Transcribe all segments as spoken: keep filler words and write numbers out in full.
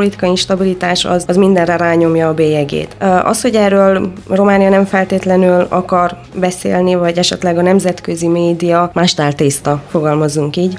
politikai instabilitás az, az mindenre rányomja a bélyegét. Az, hogy erről Románia nem feltétlenül akar beszélni, vagy esetleg a nemzetközi média más táltészta, fogalmazzunk így.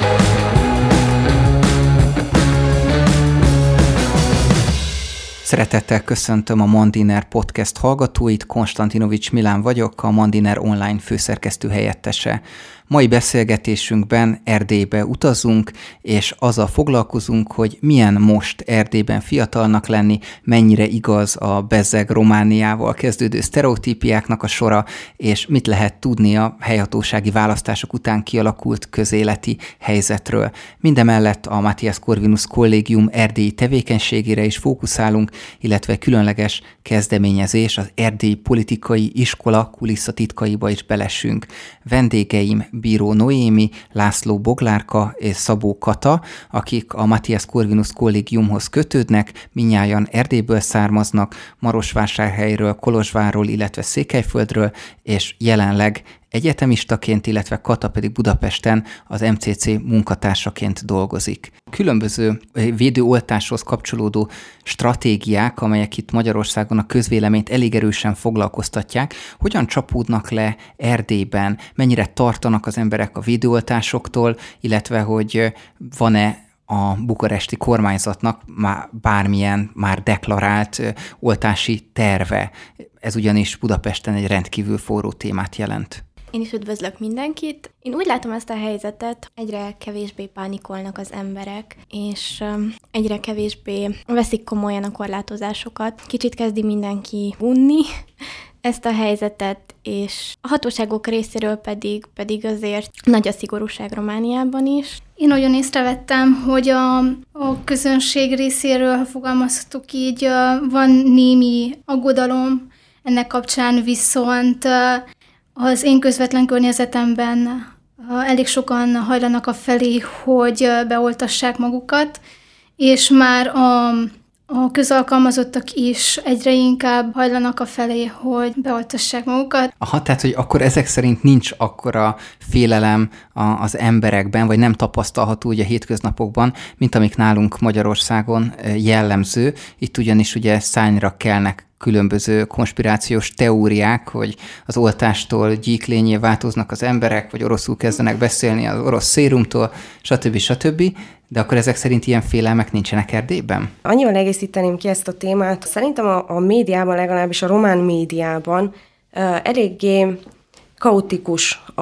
Szeretettel köszöntöm a Mandiner Podcast hallgatóit, Konstantinovics Milán vagyok, a Mandiner online főszerkesztő helyettese. Mai beszélgetésünkben Erdélybe utazunk, és azzal foglalkozunk, hogy milyen most Erdélyben fiatalnak lenni, mennyire igaz a bezzeg Romániával kezdődő sztereotípiáknak a sora, és mit lehet tudni a helyhatósági választások után kialakult közéleti helyzetről. Mindemellett a Matthias Corvinus Kollégium erdélyi tevékenységére is fókuszálunk, illetve különleges kezdeményezés, az Erdély Politikai Iskola kulisszatitkaiba is belessünk. Vendégeim Bíró Noémi, László Boglárka és Szabó Kata, akik a Matthias Corvinus Kollégiumhoz kötődnek, mindnyájan Erdélyből származnak, Marosvásárhelyről, Kolozsvárról, illetve Székelyföldről, és jelenleg egyetemistaként, illetve Kata pedig Budapesten az em cé cé munkatársaként dolgozik. Különböző védőoltáshoz kapcsolódó stratégiák, amelyek itt Magyarországon a közvéleményt elég erősen foglalkoztatják, hogyan csapódnak le Erdélyben, mennyire tartanak az emberek a védőoltásoktól, illetve hogy van-e a bukaresti kormányzatnak már bármilyen már deklarált oltási terve. Ez ugyanis Budapesten egy rendkívül forró témát jelent. Én is üdvözlök mindenkit. Én úgy látom ezt a helyzetet, egyre kevésbé pánikolnak az emberek, és egyre kevésbé veszik komolyan a korlátozásokat. Kicsit kezdi mindenki unni ezt a helyzetet, és a hatóságok részéről pedig, pedig azért nagy a szigorúság Romániában is. Én nagyon észrevettem, hogy a, a közönség részéről, ha fogalmazhatok így, van némi aggodalom ennek kapcsán, viszont az én közvetlen környezetemben elég sokan hajlanak afelé, hogy beoltassák magukat, és már a, a közalkalmazottak is egyre inkább hajlanak afelé, hogy beoltassák magukat. Aha, tehát, hogy akkor ezek szerint nincs akkora félelem az emberekben, vagy nem tapasztalható ugye a hétköznapokban, mint amik nálunk Magyarországon jellemző. Itt ugyanis ugye szányra kelnek különböző konspirációs teóriák, hogy az oltástól gyíklényé változnak az emberek, vagy oroszul kezdenek beszélni az orosz szérumtól, stb. stb. De akkor ezek szerint ilyen félelmek nincsenek Erdélyben? Annyival egészíteném ki ezt a témát. Szerintem a, a médiában, legalábbis a román médiában uh, eléggé kaotikus a,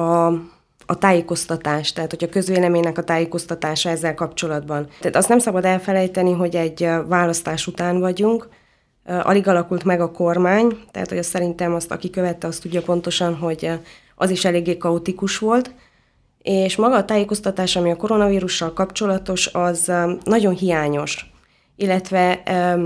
a tájékoztatás, tehát hogy a közvéleménynek a tájékoztatása ezzel kapcsolatban. Tehát azt nem szabad elfelejteni, hogy egy választás után vagyunk, alig alakult meg a kormány, tehát hogy azt szerintem azt, aki követte, azt tudja pontosan, hogy az is eléggé kaotikus volt, és maga a tájékoztatás, ami a koronavírussal kapcsolatos, az nagyon hiányos, illetve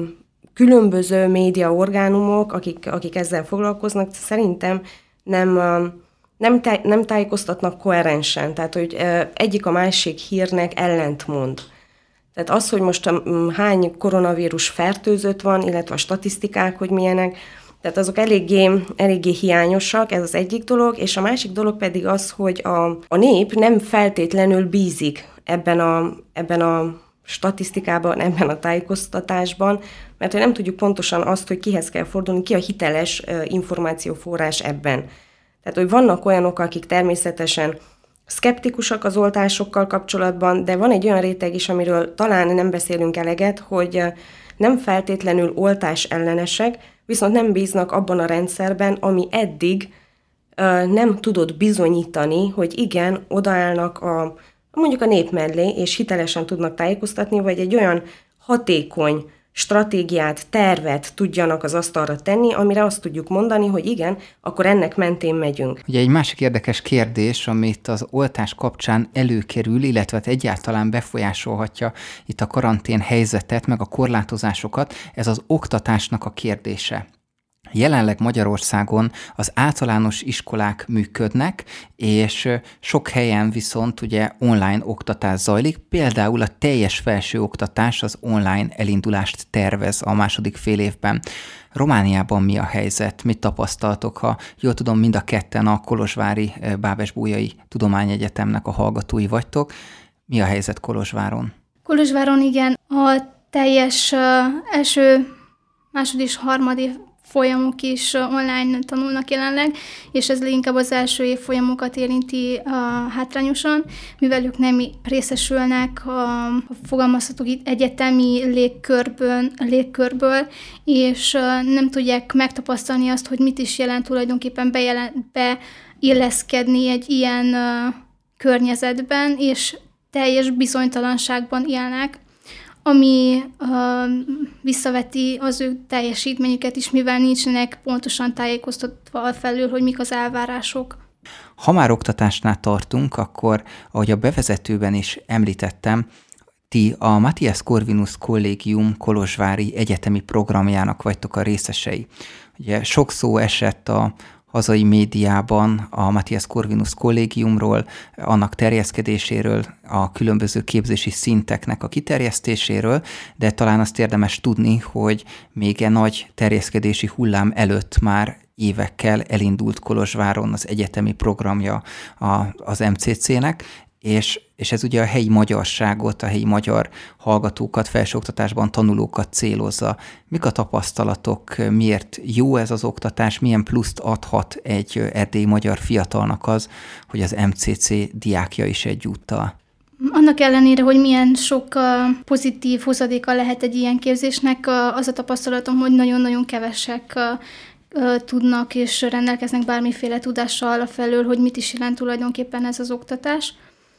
különböző médiaorgánumok, akik, akik ezzel foglalkoznak, szerintem nem, nem, táj, nem tájékoztatnak koherensen, tehát hogy egyik a másik hírnek ellentmond. Tehát az, hogy most hány koronavírus fertőzött van, illetve a statisztikák, hogy milyenek, tehát azok eléggé, eléggé hiányosak, ez az egyik dolog, és a másik dolog pedig az, hogy a, a nép nem feltétlenül bízik ebben a, ebben a statisztikában, ebben a tájékoztatásban, mert hogy nem tudjuk pontosan azt, hogy kihez kell fordulni, ki a hiteles információforrás ebben. Tehát, hogy vannak olyanok, akik természetesen szkeptikusak az oltásokkal kapcsolatban, de van egy olyan réteg is, amiről talán nem beszélünk eleget, hogy nem feltétlenül oltás ellenesek, viszont nem bíznak abban a rendszerben, ami eddig nem tudott bizonyítani, hogy igen, odaállnak a, mondjuk a nép mellé, és hitelesen tudnak tájékoztatni, vagy egy olyan hatékony stratégiát, tervet tudjanak az asztalra tenni, amire azt tudjuk mondani, hogy igen, akkor ennek mentén megyünk. Ugye egy másik érdekes kérdés, amit az oltás kapcsán előkerül, illetve egyáltalán befolyásolhatja itt a karantén helyzetet, meg a korlátozásokat, ez az oktatásnak a kérdése. Jelenleg Magyarországon az általános iskolák működnek, és sok helyen viszont ugye online oktatás zajlik, például a teljes felsőoktatás az online elindulást tervez a második fél évben. Romániában mi a helyzet? Mit tapasztaltok? Ha jól tudom, mind a ketten a kolozsvári Bábesbolyai Tudományegyetemnek a hallgatói vagytok. Mi a helyzet Kolozsváron? Kolozsváron igen, a teljes uh, első, második és harmadik folyamok is online tanulnak jelenleg, és ez inkább az első év folyamokat érinti uh, hátrányosan, mivel ők nem részesülnek a, a fogalmazhatók itt egyetemi légkörből, légkörből és uh, nem tudják megtapasztalni azt, hogy mit is jelent tulajdonképpen bejelen, beilleszkedni egy ilyen uh, környezetben, és teljes bizonytalanságban élnek, ami uh, visszaveti az ő teljesítményüket is, mivel nincsenek pontosan tájékoztatva felül, hogy mik az elvárások. Ha már oktatásnál tartunk, akkor, ahogy a bevezetőben is említettem, ti a Matthias Corvinus Kollégium kolozsvári egyetemi programjának vagytok a részesei. Ugye sok szó esett a hazai médiában a Matthias Corvinus Kollégiumról, annak terjeszkedéséről, a különböző képzési szinteknek a kiterjesztéséről, de talán azt érdemes tudni, hogy még egy nagy terjeszkedési hullám előtt már évekkel elindult Kolozsváron az egyetemi programja az em cé cé-nek, és, és ez ugye a helyi magyarságot, a helyi magyar hallgatókat, felsőoktatásban tanulókat célozza. Mik a tapasztalatok, miért jó ez az oktatás, milyen pluszt adhat egy erdélyi magyar fiatalnak az, hogy az em cé cé diákja is egyúttal? Annak ellenére, hogy milyen sok uh, pozitív hozadéka lehet egy ilyen képzésnek, uh, az a tapasztalatom, hogy nagyon-nagyon kevesek uh, tudnak és rendelkeznek bármiféle tudással afelől, hogy mit is jelent tulajdonképpen ez az oktatás.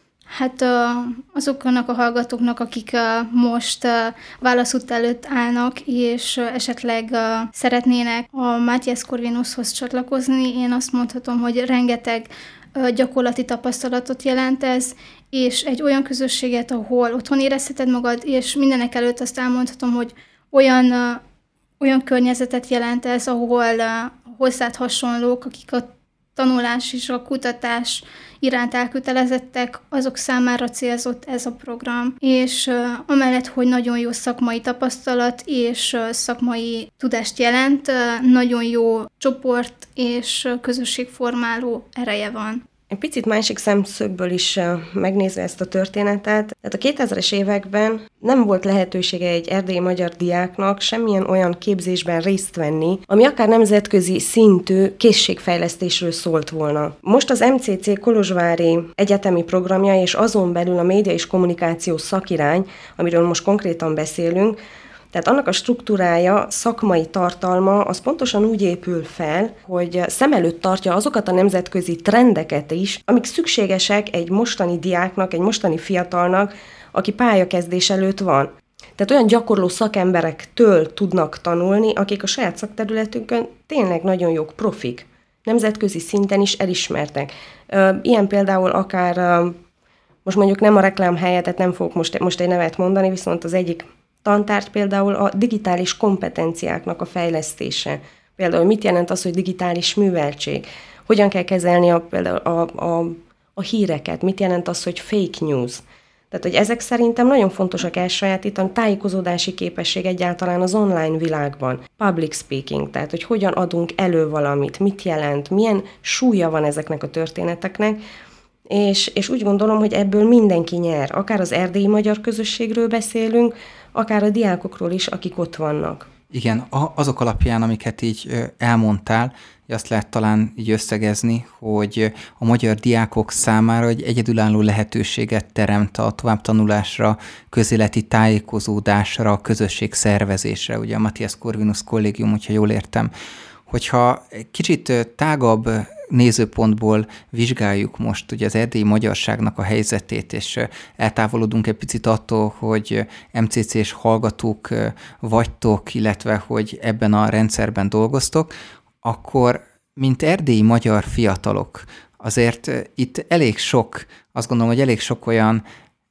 Hát azoknak a hallgatóknak, akik most válaszút előtt állnak, és esetleg szeretnének a Matthias Corvinushoz csatlakozni, én azt mondhatom, hogy rengeteg gyakorlati tapasztalatot jelent ez, és egy olyan közösséget, ahol otthon érezheted magad, és mindenek előtt azt elmondhatom, hogy olyan, olyan környezetet jelent ez, ahol hozzád hasonlók, akik a tanulás és a kutatás iránt elkötelezettek, azok számára célzott ez a program. És uh, amellett, hogy nagyon jó szakmai tapasztalat és uh, szakmai tudást jelent, uh, nagyon jó csoport és uh, közösségformáló ereje van. Egy picit másik szemszögből is megnézve ezt a történetet, tehát a kétezres években nem volt lehetősége egy erdélyi magyar diáknak semmilyen olyan képzésben részt venni, ami akár nemzetközi szintű készségfejlesztésről szólt volna. Most az em cé cé kolozsvári egyetemi programja és azon belül a média és kommunikáció szakirány, amiről most konkrétan beszélünk, tehát annak a struktúrája, szakmai tartalma, az pontosan úgy épül fel, hogy szem előtt tartja azokat a nemzetközi trendeket is, amik szükségesek egy mostani diáknak, egy mostani fiatalnak, aki pályakezdés előtt van. Tehát olyan gyakorló szakemberektől tudnak tanulni, akik a saját szakterületükön tényleg nagyon jók, profik. Nemzetközi szinten is elismertek. Ilyen például akár, most mondjuk nem a reklám helyett, tehát nem fogok most, most egy nevet mondani, viszont az egyik tantárgy például a digitális kompetenciáknak a fejlesztése. Például mit jelent az, hogy digitális műveltség? Hogyan kell kezelni a, például a, a, a híreket? Mit jelent az, hogy fake news? Tehát, hogy ezek szerintem nagyon fontosak elsajátítani, tájékozódási képesség egyáltalán az online világban. Public speaking, tehát, hogy hogyan adunk elő valamit, mit jelent, milyen súlya van ezeknek a történeteknek, és, és úgy gondolom, hogy ebből mindenki nyer. Akár az erdélyi magyar közösségről beszélünk, akár a diákokról is, akik ott vannak. Igen, azok alapján, amiket így elmondtál, azt lehet talán így összegezni, hogy a magyar diákok számára egy egyedülálló lehetőséget teremt a továbbtanulásra, közéleti tájékozódásra, közösség szervezésre. Ugye a Matthias Corvinus Kollégium, hogyha jól értem, hogyha kicsit tágabb nézőpontból vizsgáljuk most ugye az erdélyi magyarságnak a helyzetét, és eltávolodunk egy picit attól, hogy em cé cés hallgatók vagytok, illetve hogy ebben a rendszerben dolgoztok, akkor mint erdélyi magyar fiatalok, azért itt elég sok, azt gondolom, hogy elég sok olyan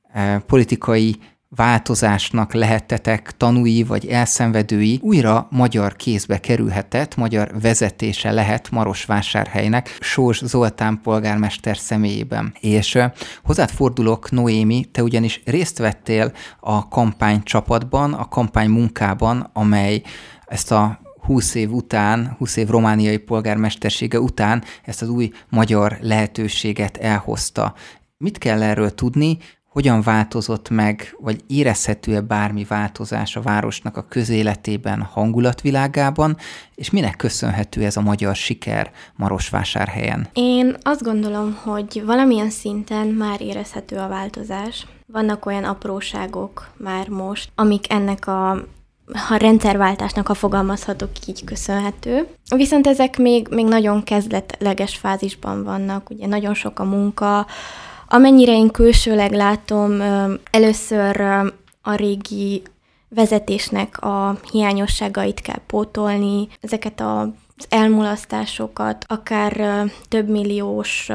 politikai változásnak lehettetek tanúi vagy elszenvedői, újra magyar kézbe kerülhetett, magyar vezetése lehet Marosvásárhelynek Sós Zoltán polgármester személyében. És hozzád fordulok, Noémi, te ugyanis részt vettél a kampánycsapatban, a kampánymunkában, amely ezt a húsz év után, húsz év romániai polgármestersége után ezt az új magyar lehetőséget elhozta. Mit kell erről tudni, hogyan változott meg, vagy érezhető-e bármi változás a városnak a közéletében, hangulatvilágában, és minek köszönhető ez a magyar siker Marosvásárhelyen? Én azt gondolom, hogy valamilyen szinten már érezhető a változás. Vannak olyan apróságok már most, amik ennek a ha rendszerváltásnak, ha fogalmazhatok így, köszönhető. Viszont ezek még, még nagyon kezdetleges fázisban vannak, ugye nagyon sok a munka. Amennyire én külsőleg látom, először a régi vezetésnek a hiányosságait kell pótolni, ezeket az elmulasztásokat, akár több milliós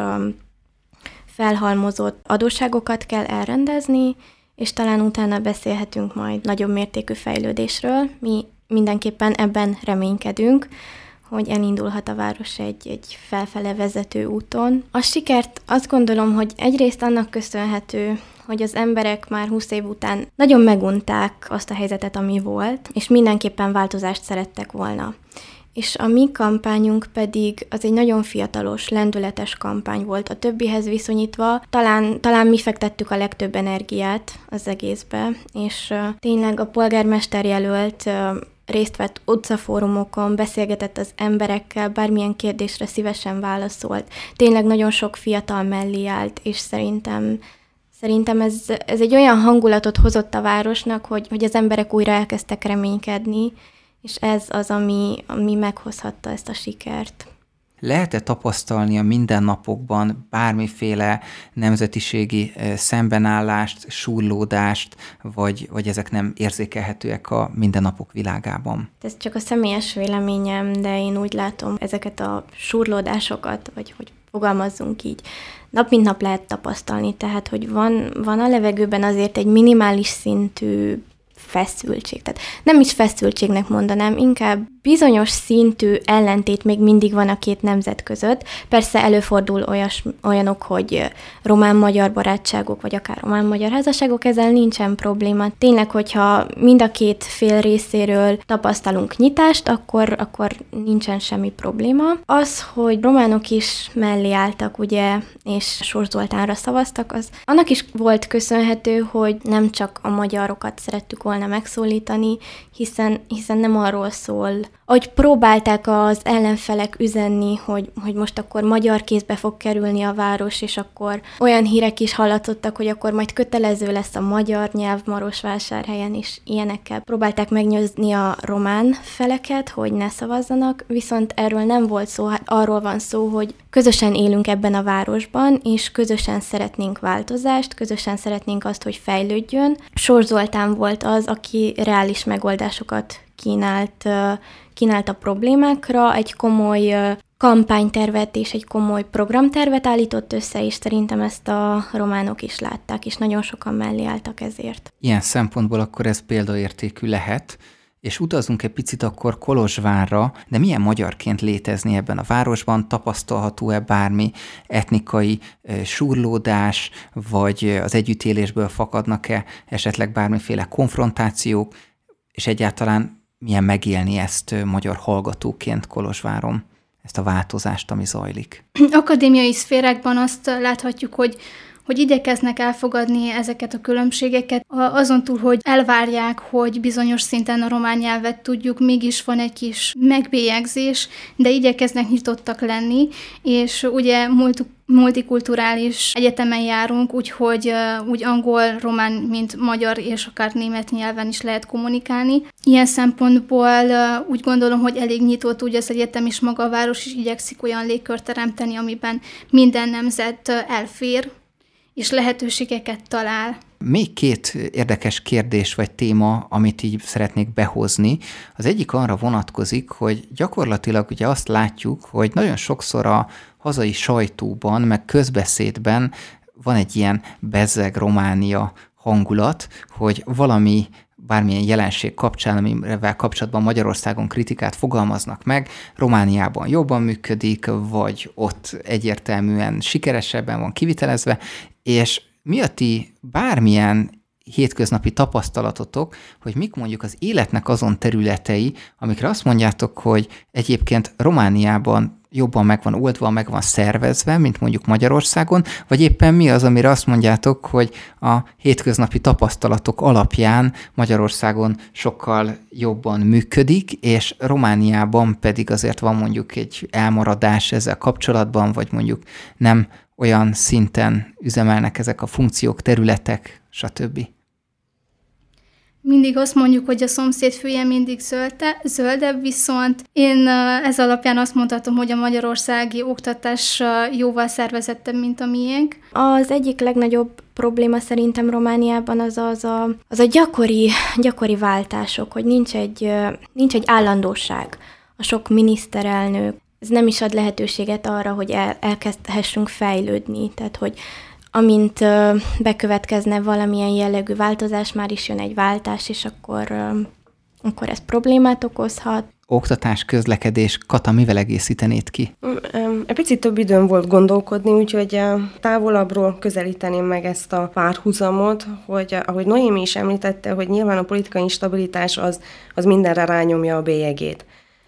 felhalmozott adósságokat kell elrendezni, és talán utána beszélhetünk majd nagyobb mértékű fejlődésről. Mi mindenképpen ebben reménykedünk, hogy elindulhat a város egy, egy felfele vezető úton. A sikert azt gondolom, hogy egyrészt annak köszönhető, hogy az emberek már húsz év után nagyon megunták azt a helyzetet, ami volt, és mindenképpen változást szerettek volna. És a mi kampányunk pedig az egy nagyon fiatalos, lendületes kampány volt a többihez viszonyítva. Talán, talán mi fektettük a legtöbb energiát az egészbe, és uh, tényleg a polgármester jelölt uh, részt vett utcafórumokon, beszélgetett az emberekkel, bármilyen kérdésre szívesen válaszolt. Tényleg nagyon sok fiatal mellé állt, és szerintem Szerintem ez, ez egy olyan hangulatot hozott a városnak, hogy, hogy az emberek újra elkezdtek reménykedni, és ez az, ami, ami meghozhatta ezt a sikert. Lehet-e tapasztalni a mindennapokban bármiféle nemzetiségi szembenállást, súrlódást, vagy, vagy ezek nem érzékelhetőek a mindennapok világában? Ez csak a személyes véleményem, de én úgy látom ezeket a súrlódásokat, vagy hogy fogalmazzunk így, nap mint nap lehet tapasztalni, tehát hogy van, van a levegőben azért egy minimális szintű feszültség. Tehát nem is feszültségnek mondanám, inkább bizonyos szintű ellentét még mindig van a két nemzet között. Persze előfordul olyas, olyanok, hogy román-magyar barátságok, vagy akár román-magyar házasságok, ezzel nincsen probléma. Tényleg, hogyha mind a két fél részéről tapasztalunk nyitást, akkor, akkor nincsen semmi probléma. Az, hogy románok is mellé álltak, ugye, és Sós Zoltánra szavaztak, az annak is volt köszönhető, hogy nem csak a magyarokat szerettük volna megszólítani, hiszen, hiszen nem arról szól, ahogy próbálták az ellenfelek üzenni, hogy, hogy most akkor magyar kézbe fog kerülni a város, és akkor olyan hírek is hallatottak, hogy akkor majd kötelező lesz a magyar nyelv Marosvásárhelyen, és ilyenekkel próbálták megnyőzni a román feleket, hogy ne szavazzanak, viszont erről nem volt szó, hát arról van szó, hogy közösen élünk ebben a városban, és közösen szeretnénk változást, közösen szeretnénk azt, hogy fejlődjön. Sós Zoltán volt az, aki reális megoldásokat kínált, kínált a problémákra, egy komoly kampánytervet és egy komoly programtervet állított össze, és szerintem ezt a románok is látták, és nagyon sokan mellé álltak ezért. Ilyen szempontból akkor ez példaértékű lehet, és utazunk egy picit akkor Kolozsvárra, de milyen magyarként létezni ebben a városban? Tapasztalható-e bármi etnikai e, súrlódás, vagy az együttélésből fakadnak-e esetleg bármiféle konfrontációk, és egyáltalán milyen megélni ezt magyar hallgatóként Kolozsváron, ezt a változást, ami zajlik? Akadémiai szférákban azt láthatjuk, hogy hogy igyekeznek elfogadni ezeket a különbségeket, azon túl, hogy elvárják, hogy bizonyos szinten a román nyelvet tudjuk, mégis van egy kis megbélyegzés, de igyekeznek nyitottak lenni, és ugye multikulturális egyetemen járunk, úgyhogy úgy angol, román, mint magyar és akár német nyelven is lehet kommunikálni. Ilyen szempontból úgy gondolom, hogy elég nyitott úgy az egyetem is, maga a város is igyekszik olyan légkört teremteni, amiben minden nemzet elfér, és lehetőségeket talál. Még két érdekes kérdés vagy téma, amit így szeretnék behozni. Az egyik arra vonatkozik, hogy gyakorlatilag ugye azt látjuk, hogy nagyon sokszor a hazai sajtóban, meg közbeszédben van egy ilyen bezzeg Románia hangulat, hogy valami bármilyen jelenség kapcsán, amivel kapcsolatban Magyarországon kritikát fogalmaznak meg, Romániában jobban működik, vagy ott egyértelműen sikeresebben van kivitelezve, és mi a ti bármilyen hétköznapi tapasztalatotok, hogy mik mondjuk az életnek azon területei, amikre azt mondjátok, hogy egyébként Romániában jobban meg van oldva, meg van szervezve, mint mondjuk Magyarországon, vagy éppen mi az, amire azt mondjátok, hogy a hétköznapi tapasztalatok alapján Magyarországon sokkal jobban működik, és Romániában pedig azért van mondjuk egy elmaradás ezzel kapcsolatban, vagy mondjuk nem olyan szinten üzemelnek ezek a funkciók, területek, stb. Mindig azt mondjuk, hogy a szomszéd fülye mindig zölde, zöldebb, viszont én ez alapján azt mondhatom, hogy a magyarországi oktatás jóval szervezettebb, mint a miénk. Az egyik legnagyobb probléma szerintem Romániában az az a, az a gyakori, gyakori váltások, hogy nincs egy, nincs egy állandóság. A sok miniszterelnök, ez nem is ad lehetőséget arra, hogy el, elkezdhessünk fejlődni, tehát hogy amint ö, bekövetkezne valamilyen jellegű változás, már is jön egy váltás, és akkor, ö, akkor ez problémát okozhat. Oktatás, közlekedés, Kata, mivel egészítenéd ki? Egy picit több időm volt gondolkodni, úgyhogy távolabbról közelíteném meg ezt a párhuzamot, hogy ahogy Noémi is említette, hogy nyilván a politikai instabilitás az, az mindenre rányomja a bélyegét.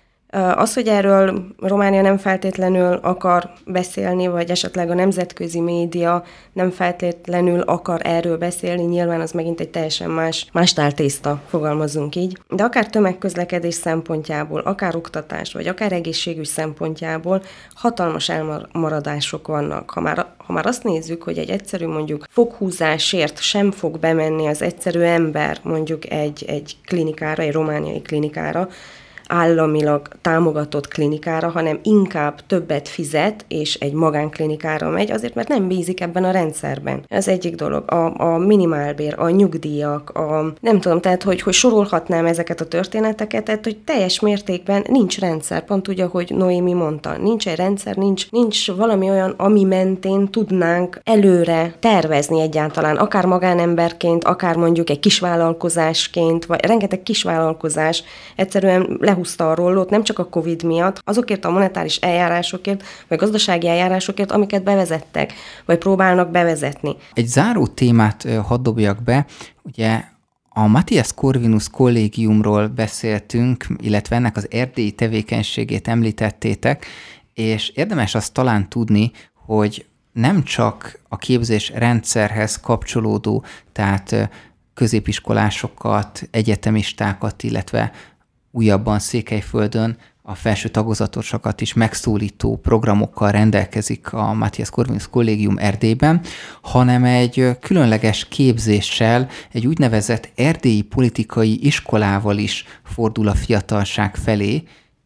Az, hogy erről Románia nem feltétlenül akar beszélni, vagy esetleg a nemzetközi média nem feltétlenül akar erről beszélni, nyilván az megint egy teljesen más, más táltészta, fogalmazunk így. De akár tömegközlekedés szempontjából, akár oktatás, vagy akár egészségügy szempontjából hatalmas elmaradások vannak. Ha már, ha már azt nézzük, hogy egy egyszerű mondjuk foghúzásért sem fog bemenni az egyszerű ember mondjuk egy, egy klinikára, egy romániai klinikára, államilag támogatott klinikára, hanem inkább többet fizet, és egy magánklinikára megy, azért, mert nem bízik ebben a rendszerben. Ez egyik dolog. A, a minimálbér, a nyugdíjak, a, nem tudom, tehát, hogy, hogy sorolhatnám ezeket a történeteket, tehát, hogy teljes mértékben nincs rendszer, pont úgy, ahogy Noémi mondta. Nincs egy rendszer, nincs, nincs valami olyan, ami mentén tudnánk előre tervezni egyáltalán, akár magánemberként, akár mondjuk egy kisvállalkozásként, vagy rengeteg kisvállalkozás egyszerűen le húzta a rollót, nem csak a Covid miatt, azokért a monetáris eljárásokért, vagy gazdasági eljárásokért, amiket bevezettek, vagy próbálnak bevezetni. Egy záró témát hadd dobjak be, ugye a Matthias Corvinus kollégiumról beszéltünk, illetve ennek az erdélyi tevékenységét említettétek, és érdemes azt talán tudni, hogy nem csak a képzés rendszerhez kapcsolódó, tehát középiskolásokat, egyetemistákat, illetve újabban Székelyföldön a felső tagozatosokat is megszólító programokkal rendelkezik a Matthias Corvinus Kollégium Erdélyben, hanem egy különleges képzéssel, egy úgynevezett erdélyi politikai iskolával is fordul a fiatalság felé,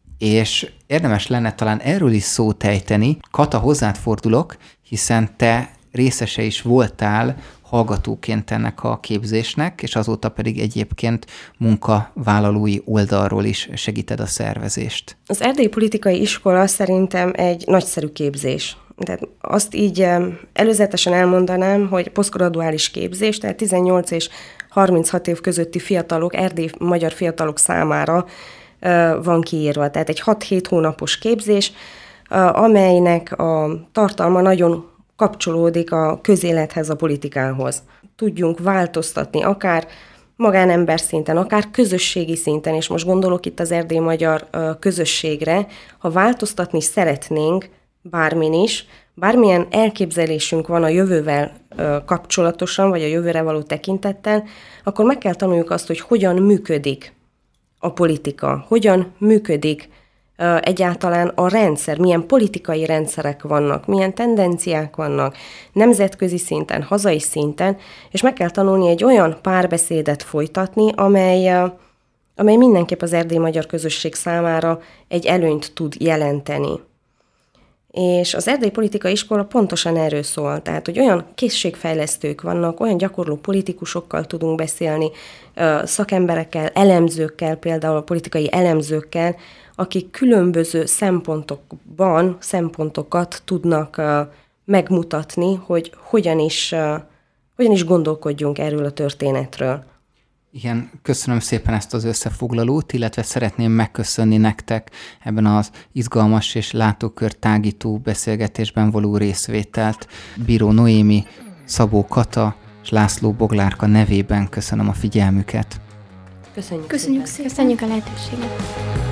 és érdemes lenne talán erről is szót ejteni. Kata, hozzád fordulok, hiszen te részese is voltál hallgatóként ennek a képzésnek, és azóta pedig egyébként munkavállalói oldalról is segíted a szervezést. Az erdélyi politikai iskola szerintem egy nagyszerű képzés. Tehát azt így előzetesen elmondanám, hogy posztgraduális képzés, tehát tizennyolc és harminchat év közötti fiatalok, erdélyi magyar fiatalok számára van kiírva. Tehát egy hat-hét hónapos képzés, amelynek a tartalma nagyon kapcsolódik a közélethez, a politikához. Tudjunk változtatni, akár magánember szinten, akár közösségi szinten, és most gondolok itt az erdélyi magyar közösségre, ha változtatni szeretnénk bármin is, bármilyen elképzelésünk van a jövővel kapcsolatosan, vagy a jövőre való tekintettel, akkor meg kell tanuljuk azt, hogy hogyan működik a politika, hogyan működik egyáltalán a rendszer, milyen politikai rendszerek vannak, milyen tendenciák vannak nemzetközi szinten, hazai szinten, és meg kell tanulni egy olyan párbeszédet folytatni, amely, amely mindenképp az erdélyi magyar közösség számára egy előnyt tud jelenteni. És az erdélyi politikai iskola pontosan erről szól, tehát, hogy olyan készségfejlesztők vannak, olyan gyakorló politikusokkal tudunk beszélni, szakemberekkel, elemzőkkel, például a politikai elemzőkkel, akik különböző szempontokban szempontokat tudnak megmutatni, hogy hogyan is, hogyan is gondolkodjunk erről a történetről. Igen, köszönöm szépen ezt az összefoglalót, illetve szeretném megköszönni nektek ebben az izgalmas és látókör tágító beszélgetésben való részvételt. Bíró Noémi, Szabó Kata, és László Boglárka nevében köszönöm a figyelmüket. Köszönjük, Köszönjük szépen. szépen. Köszönjük a lehetőséget.